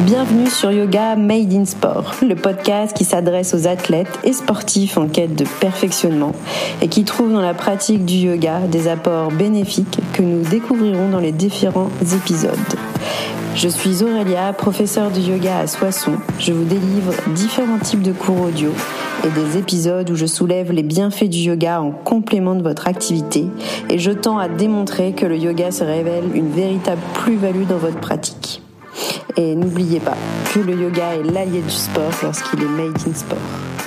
Bienvenue sur Yoga Made in Sport, le podcast qui s'adresse aux athlètes et sportifs en quête de perfectionnement et qui trouve dans la pratique du yoga des apports bénéfiques que nous découvrirons dans les différents épisodes. Je suis Aurélia, professeure de yoga à Soissons. Je vous délivre différents types de cours audio et des épisodes où je soulève les bienfaits du yoga en complément de votre activité et je tends à démontrer que le yoga se révèle une véritable plus-value dans votre pratique. Et n'oubliez pas que le yoga est l'allié du sport lorsqu'il est made in sport.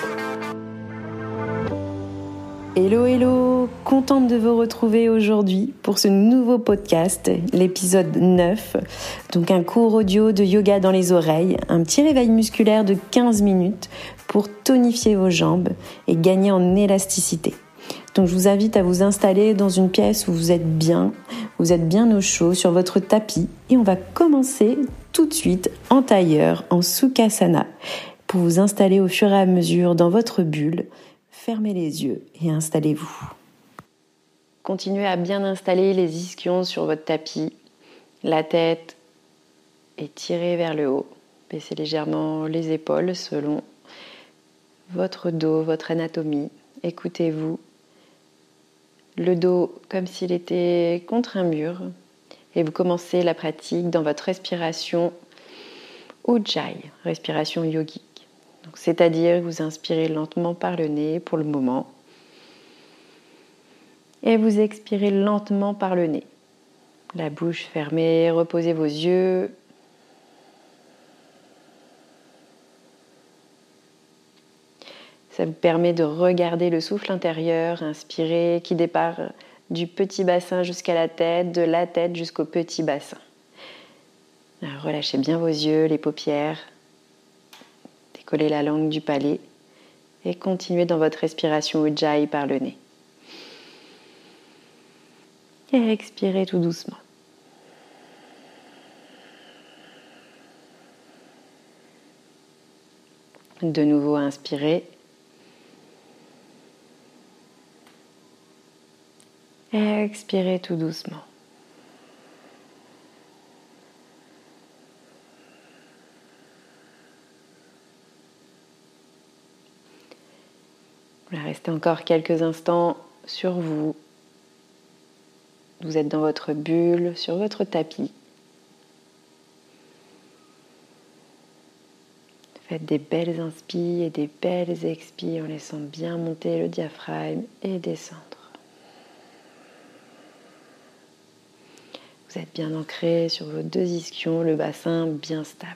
Hello, contente de vous retrouver aujourd'hui pour ce nouveau podcast, l'épisode 9. Donc un cours audio de yoga dans les oreilles, un petit réveil musculaire de 15 minutes pour tonifier vos jambes et gagner en élasticité. Donc je vous invite à vous installer dans une pièce où vous êtes bien au chaud sur votre tapis et on va commencer tout de suite en tailleur, en Sukhasana. Pour vous installer au fur et à mesure dans votre bulle, fermez les yeux et installez-vous. Continuez à bien installer les ischions sur votre tapis, la tête est tirée vers le haut. Baissez légèrement les épaules selon votre dos, votre anatomie. Écoutez-vous. Le dos comme s'il était contre un mur et vous commencez la pratique dans votre respiration Ujjayi, respiration yogique. Donc, c'est-à-dire que vous inspirez lentement par le nez pour le moment et vous expirez lentement par le nez. La bouche fermée, reposez vos yeux. Ça vous permet de regarder le souffle intérieur, inspirer, qui départ du petit bassin jusqu'à la tête, de la tête jusqu'au petit bassin. Alors, relâchez bien vos yeux, les paupières, décollez la langue du palais et continuez dans votre respiration Ujjayi par le nez. Et expirez tout doucement. De nouveau, inspirez. Expirez tout doucement. Voilà, restez encore quelques instants sur vous. Vous êtes dans votre bulle, sur votre tapis. Faites des belles inspires et des belles expires en laissant bien monter le diaphragme et descendre. Vous êtes bien ancré sur vos deux ischions, le bassin bien stable.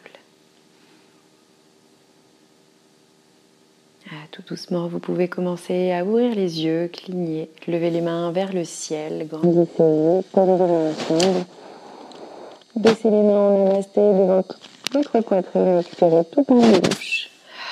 Tout doucement, vous pouvez commencer à ouvrir les yeux, cligner, lever les mains vers le ciel, grandissez les yeux, collez les mains ensemble. Baissez les mains en namasté devant votre poitrine, expirez tout par la bouche.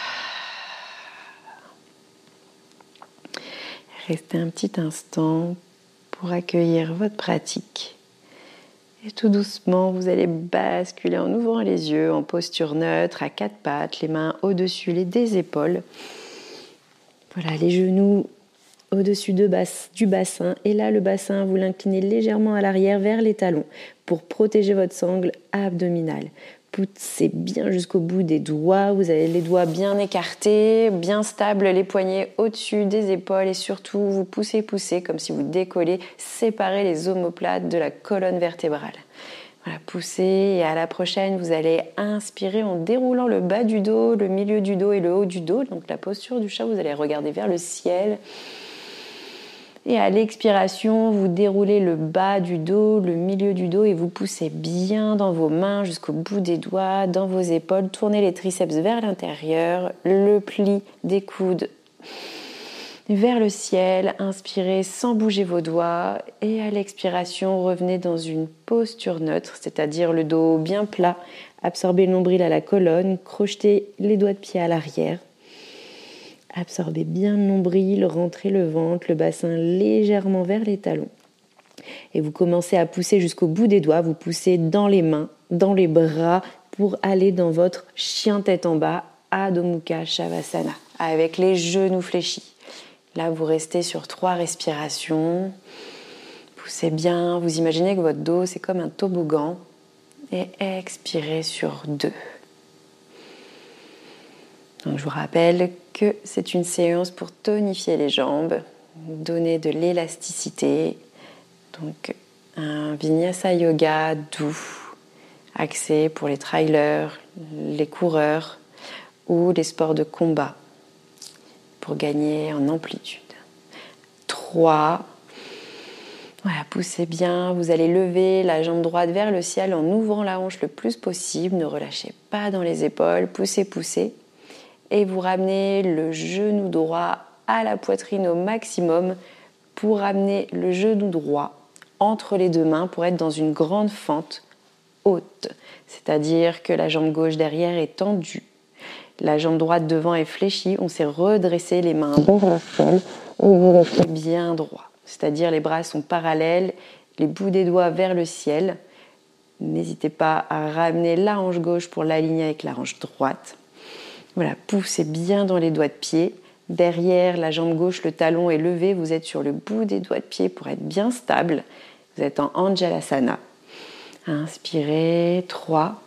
Restez un petit instant pour accueillir votre pratique. Et tout doucement, vous allez basculer en ouvrant les yeux, en posture neutre, à quatre pattes, les mains au-dessus des épaules. Voilà, les genoux au-dessus du bassin. Et là, le bassin, vous l'inclinez légèrement à l'arrière vers les talons pour protéger votre sangle abdominale. Poussez bien jusqu'au bout des doigts. Vous avez les doigts bien écartés, bien stables, les poignets au-dessus des épaules. Et surtout, vous poussez comme si vous décollez. Séparez les omoplates de la colonne vertébrale. Voilà, poussez et à la prochaine, vous allez inspirer en déroulant le bas du dos, le milieu du dos et le haut du dos. Donc la posture du chat, vous allez regarder vers le ciel. Et à l'expiration, vous déroulez le bas du dos, le milieu du dos et vous poussez bien dans vos mains jusqu'au bout des doigts, dans vos épaules. Tournez les triceps vers l'intérieur, le pli des coudes vers le ciel, inspirez sans bouger vos doigts et à l'expiration, revenez dans une posture neutre, c'est-à-dire le dos bien plat, absorbez le nombril à la colonne, crochetez les doigts de pied à l'arrière, absorbez bien le nombril, rentrez le ventre, le bassin légèrement vers les talons et vous commencez à pousser jusqu'au bout des doigts, vous poussez dans les mains, dans les bras pour aller dans votre chien tête en bas, Adho Mukha Shavasana, avec les genoux fléchis. Là, vous restez sur 3 respirations. Poussez bien. Vous imaginez que votre dos, c'est comme un toboggan. Et expirez sur 2. Donc je vous rappelle que c'est une séance pour tonifier les jambes, donner de l'élasticité. Donc un Vinyasa Yoga doux, axé pour les trailers, les coureurs ou les sports de combat pour gagner en amplitude. 3. Voilà, poussez bien. Vous allez lever la jambe droite vers le ciel en ouvrant la hanche le plus possible. Ne relâchez pas dans les épaules. Poussez, poussez. Et vous ramenez le genou droit à la poitrine au maximum pour ramener le genou droit entre les deux mains pour être dans une grande fente haute. C'est-à-dire que la jambe gauche derrière est tendue. La jambe droite devant est fléchie. On s'est redressé les mains vers le ciel et vous restez bien droit. C'est-à-dire les bras sont parallèles, les bouts des doigts vers le ciel. N'hésitez pas à ramener la hanche gauche pour l'aligner avec la hanche droite. Voilà, poussez bien dans les doigts de pied. Derrière la jambe gauche, le talon est levé. Vous êtes sur le bout des doigts de pied pour être bien stable. Vous êtes en Anjalasana. Inspirez, 3.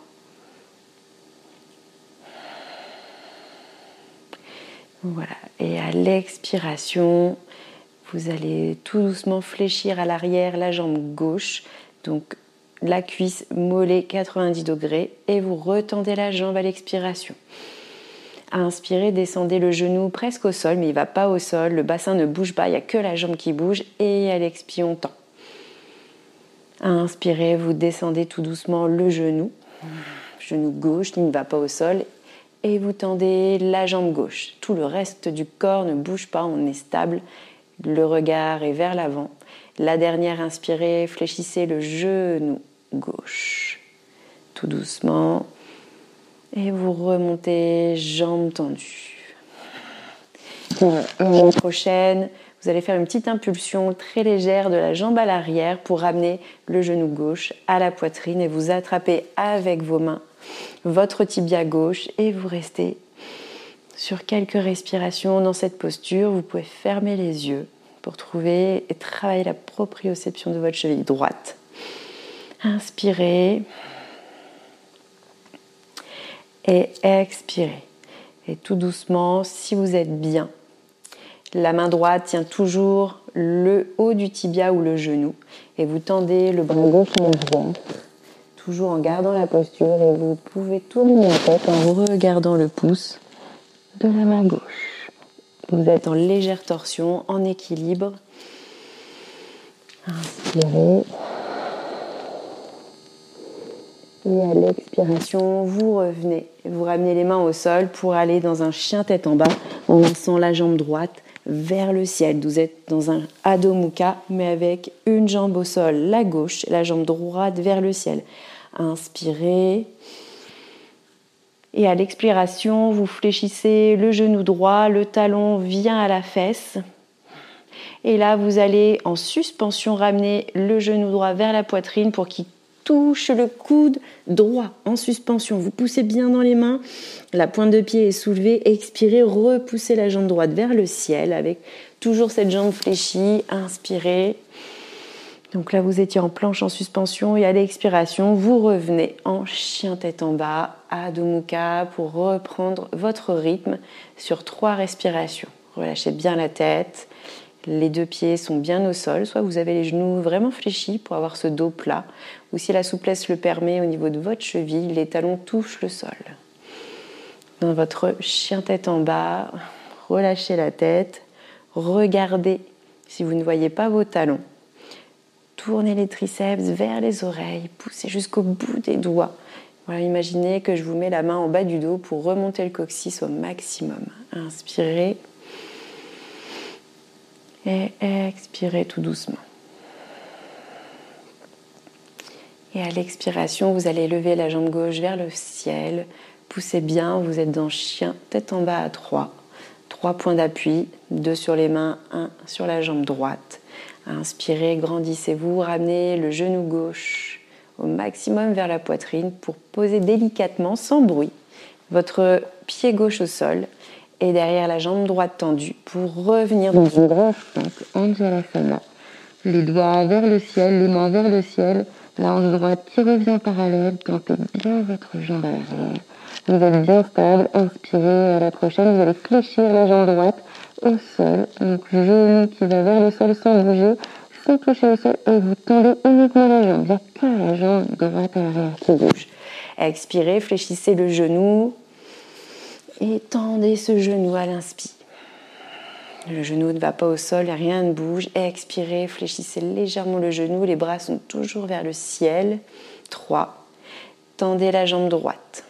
Voilà, et à l'expiration, vous allez tout doucement fléchir à l'arrière la jambe gauche. Donc la cuisse, mollet 90 degrés et vous retendez la jambe à l'expiration. À inspirer, descendez le genou presque au sol, mais il ne va pas au sol, le bassin ne bouge pas, il n'y a que la jambe qui bouge et à l'expire, on tend. À inspirer, vous descendez tout doucement le genou gauche qui ne va pas au sol et vous tendez la jambe gauche. Tout le reste du corps ne bouge pas, on est stable, le regard est vers l'avant. La dernière, inspirez, fléchissez le genou gauche, tout doucement. Et vous remontez, jambes tendues. La prochaine, vous allez faire une petite impulsion très légère de la jambe à l'arrière pour ramener le genou gauche à la poitrine et vous attrapez avec vos mains votre tibia gauche et vous restez sur quelques respirations dans cette posture. Vous pouvez fermer les yeux pour trouver et travailler la proprioception de votre cheville droite. Inspirez. Et expirez. Et tout doucement, si vous êtes bien, la main droite tient toujours le haut du tibia ou le genou et vous tendez le bras gauche en arrière, toujours en gardant la posture et vous pouvez tourner la tête en regardant le pouce de la main gauche. Vous êtes en légère torsion, en équilibre. Inspirez. Et à l'expiration, vous revenez. Vous ramenez les mains au sol pour aller dans un chien tête en bas en lançant la jambe droite vers le ciel. Vous êtes dans un Adho Mukha, mais avec une jambe au sol, la gauche, et la jambe droite vers le ciel. Inspirez. Et à l'expiration, vous fléchissez le genou droit, le talon vient à la fesse. Et là, vous allez en suspension ramener le genou droit vers la poitrine pour qu'il touche le coude droit en suspension. Vous poussez bien dans les mains, la pointe de pied est soulevée, expirez, repoussez la jambe droite vers le ciel avec toujours cette jambe fléchie, inspirez. Donc là, vous étiez en planche en suspension et à l'expiration, vous revenez en chien tête en bas, Adho Mukha pour reprendre votre rythme sur 3 respirations. Relâchez bien la tête. Les 2 pieds sont bien au sol, soit vous avez les genoux vraiment fléchis pour avoir ce dos plat, ou si la souplesse le permet au niveau de votre cheville, les talons touchent le sol. Dans votre chien tête en bas, relâchez la tête, regardez si vous ne voyez pas vos talons. Tournez les triceps vers les oreilles, poussez jusqu'au bout des doigts. Voilà, imaginez que je vous mets la main en bas du dos pour remonter le coccyx au maximum. Inspirez. Et expirez tout doucement. Et à l'expiration, vous allez lever la jambe gauche vers le ciel. Poussez bien, vous êtes dans chien, tête en bas à 3. 3 points d'appui, 2 sur les mains, 1 sur la jambe droite. Inspirez, grandissez-vous, ramenez le genou gauche au maximum vers la poitrine pour poser délicatement, sans bruit, votre pied gauche au sol. Et derrière la jambe droite tendue pour revenir dans une grande fente, Anjalasana. Les doigts vers le ciel, les mains vers le ciel, la hanche droite qui revient parallèle, tentez bien votre jambe à l'arrière. Vous êtes bien stable, inspirez. À la prochaine, vous allez fléchir la jambe droite au sol. Donc genou qui va vers le sol sans bouger, sans toucher au sol. Et vous tendez uniquement la jambe. Il n'y a que la jambe droite à l'arrière qui bouge. Expirez, fléchissez le genou et tendez ce genou à l'inspire. Le genou ne va pas au sol, rien ne bouge. Expirez, fléchissez légèrement le genou. Les bras sont toujours vers le ciel. 3. Tendez la jambe droite.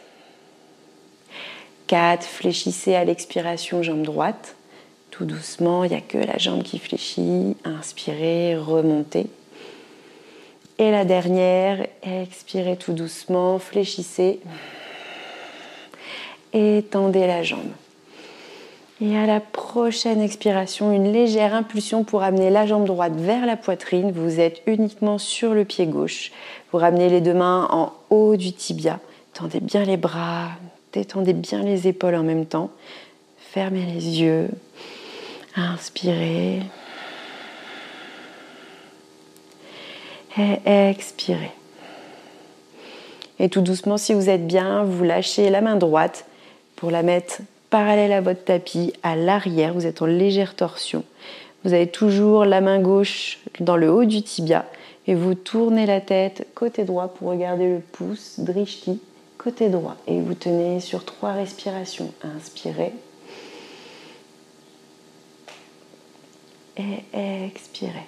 4. Fléchissez à l'expiration, jambe droite. Tout doucement, il n'y a que la jambe qui fléchit. Inspirez, remontez. Et la dernière, expirez tout doucement, fléchissez. Et tendez la jambe. Et à la prochaine expiration, une légère impulsion pour amener la jambe droite vers la poitrine. Vous êtes uniquement sur le pied gauche. Vous ramenez les deux mains en haut du tibia. Tendez bien les bras, détendez bien les épaules en même temps. Fermez les yeux. Inspirez. Et expirez. Et tout doucement, si vous êtes bien, vous lâchez la main droite pour la mettre parallèle à votre tapis, à l'arrière. Vous êtes en légère torsion. Vous avez toujours la main gauche dans le haut du tibia et vous tournez la tête côté droit pour regarder le pouce, drishti, côté droit. Et vous tenez sur 3 respirations. Inspirez. Et expirez.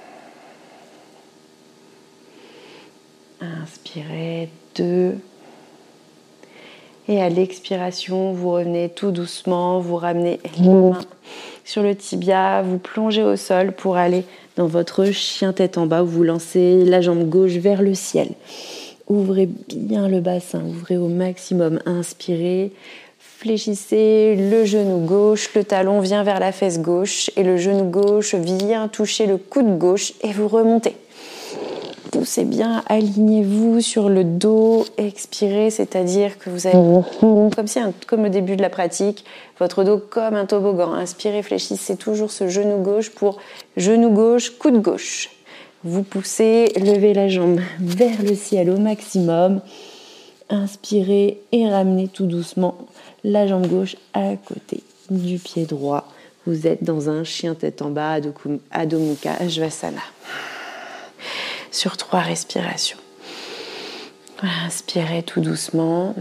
Inspirez. 2. Et à l'expiration, vous revenez tout doucement, vous ramenez les mains sur le tibia, vous plongez au sol pour aller dans votre chien tête en bas où vous lancez la jambe gauche vers le ciel. Ouvrez bien le bassin, ouvrez au maximum, inspirez, fléchissez le genou gauche, le talon vient vers la fesse gauche et le genou gauche vient toucher le coude gauche et vous remontez. Poussez bien, alignez-vous sur le dos, expirez, c'est-à-dire que vous avez comme au début de la pratique, votre dos comme un toboggan. Inspirez, fléchissez toujours ce genou gauche pour genou gauche, coude gauche. Vous poussez, levez la jambe vers le ciel au maximum. Inspirez et ramenez tout doucement la jambe gauche à côté du pied droit. Vous êtes dans un chien tête en bas, Adho Mukha Svasana. Sur 3 respirations. Inspirez tout doucement.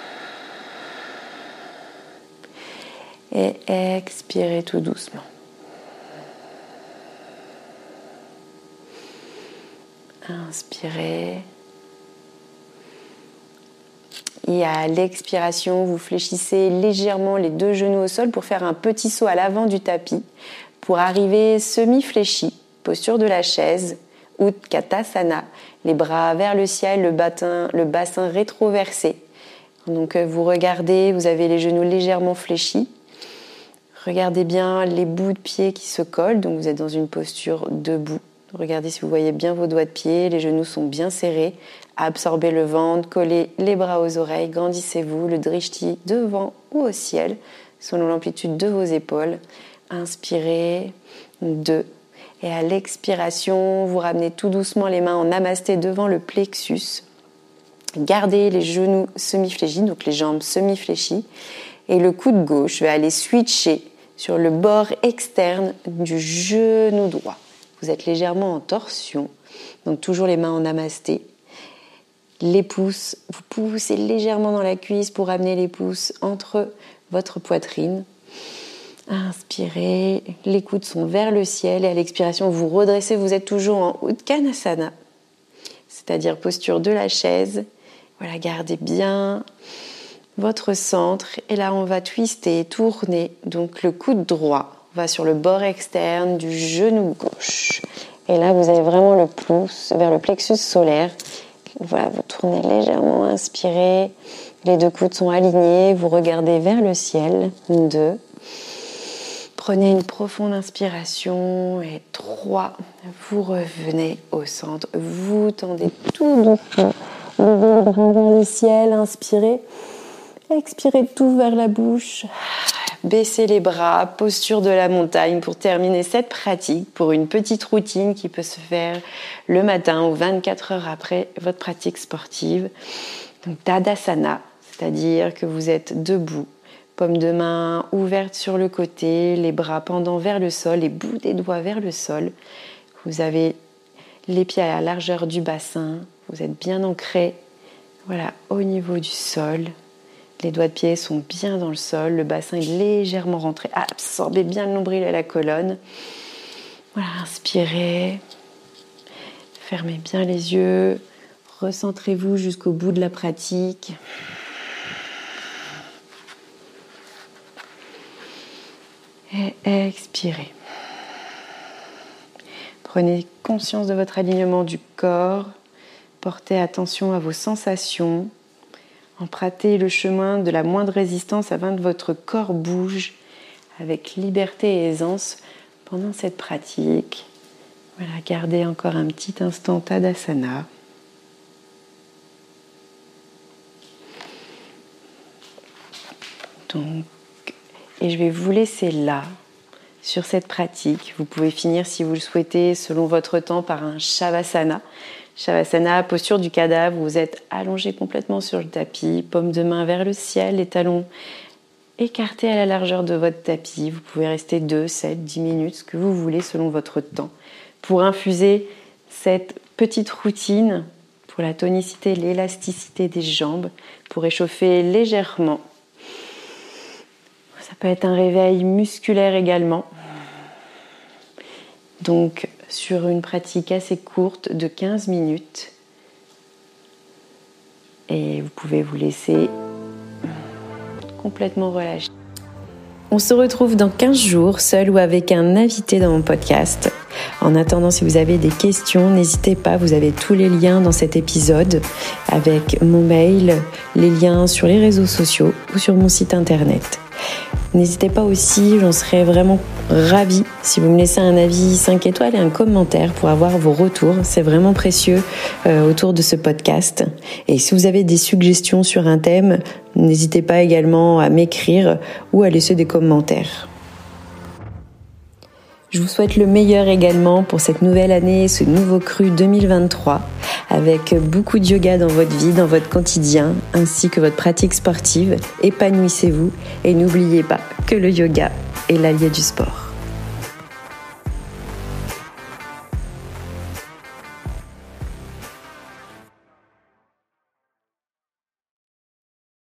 Et expirez tout doucement. Inspirez. Et à l'expiration, vous fléchissez légèrement les 2 genoux au sol pour faire un petit saut à l'avant du tapis. Pour arriver semi-fléchi, posture de la chaise. Utkatasana, les bras vers le ciel, le bassin rétroversé. Donc vous regardez, vous avez les genoux légèrement fléchis. Regardez bien les bouts de pied qui se collent, donc vous êtes dans une posture debout. Regardez si vous voyez bien vos doigts de pied, les genoux sont bien serrés. Absorbez le ventre, collez les bras aux oreilles, grandissez-vous, le drishti devant ou au ciel, selon l'amplitude de vos épaules. Inspirez, 2. Et à l'expiration, vous ramenez tout doucement les mains en namasté devant le plexus. Gardez les genoux semi-fléchis, donc les jambes semi-fléchies. Et le coude gauche va aller switcher sur le bord externe du genou droit. Vous êtes légèrement en torsion, donc toujours les mains en namasté. Les pouces, vous poussez légèrement dans la cuisse pour amener les pouces entre votre poitrine. Inspirez, les coudes sont vers le ciel et à l'expiration, vous redressez, vous êtes toujours en Uttanasana, c'est-à-dire posture de la chaise. Voilà, gardez bien votre centre et là on va twister, tourner. Donc le coude droit va sur le bord externe du genou gauche. Et là vous avez vraiment le pouce vers le plexus solaire. Voilà, vous tournez légèrement, inspirez. Les 2 coudes sont alignés, vous regardez vers le ciel. 2. Prenez une profonde inspiration et 3, vous revenez au centre, vous tendez tout doucement, levez les bras vers le ciel, inspirez, expirez tout vers la bouche, baissez les bras, posture de la montagne pour terminer cette pratique, pour une petite routine qui peut se faire le matin ou 24 heures après votre pratique sportive. Donc Tadasana, c'est-à-dire que vous êtes debout, paume de main ouverte sur le côté, les bras pendant vers le sol, les bouts des doigts vers le sol. Vous avez les pieds à la largeur du bassin, vous êtes bien ancré, voilà, au niveau du sol. Les doigts de pied sont bien dans le sol, le bassin est légèrement rentré. Absorbez bien le nombril et la colonne. Voilà, inspirez. Fermez bien les yeux. Recentrez-vous jusqu'au bout de la pratique. Et expirez. Prenez conscience de votre alignement du corps. Portez attention à vos sensations. Empruntez le chemin de la moindre résistance afin que votre corps bouge avec liberté et aisance pendant cette pratique. Voilà, gardez encore un petit instant Tadasana. Et je vais vous laisser là, sur cette pratique. Vous pouvez finir, si vous le souhaitez, selon votre temps, par un Shavasana. Shavasana, posture du cadavre, vous êtes allongé complètement sur le tapis, paume de main vers le ciel, les talons écartés à la largeur de votre tapis. Vous pouvez rester 2, 7, 10 minutes, ce que vous voulez selon votre temps. Pour infuser cette petite routine, pour la tonicité, l'élasticité des jambes, pour échauffer légèrement. Ça peut être un réveil musculaire également. Donc, sur une pratique assez courte de 15 minutes. Et vous pouvez vous laisser complètement relâcher. On se retrouve dans 15 jours, seul ou avec un invité dans mon podcast. En attendant, si vous avez des questions, n'hésitez pas, vous avez tous les liens dans cet épisode avec mon mail, les liens sur les réseaux sociaux ou sur mon site internet. N'hésitez pas aussi, j'en serais vraiment ravie si vous me laissez un avis 5 étoiles et un commentaire pour avoir vos retours. C'est vraiment précieux autour de ce podcast. Et si vous avez des suggestions sur un thème, n'hésitez pas également à m'écrire ou à laisser des commentaires. Je vous souhaite le meilleur également pour cette nouvelle année, ce nouveau cru 2023, avec beaucoup de yoga dans votre vie, dans votre quotidien, ainsi que votre pratique sportive. Épanouissez-vous et n'oubliez pas que le yoga est l'allié du sport.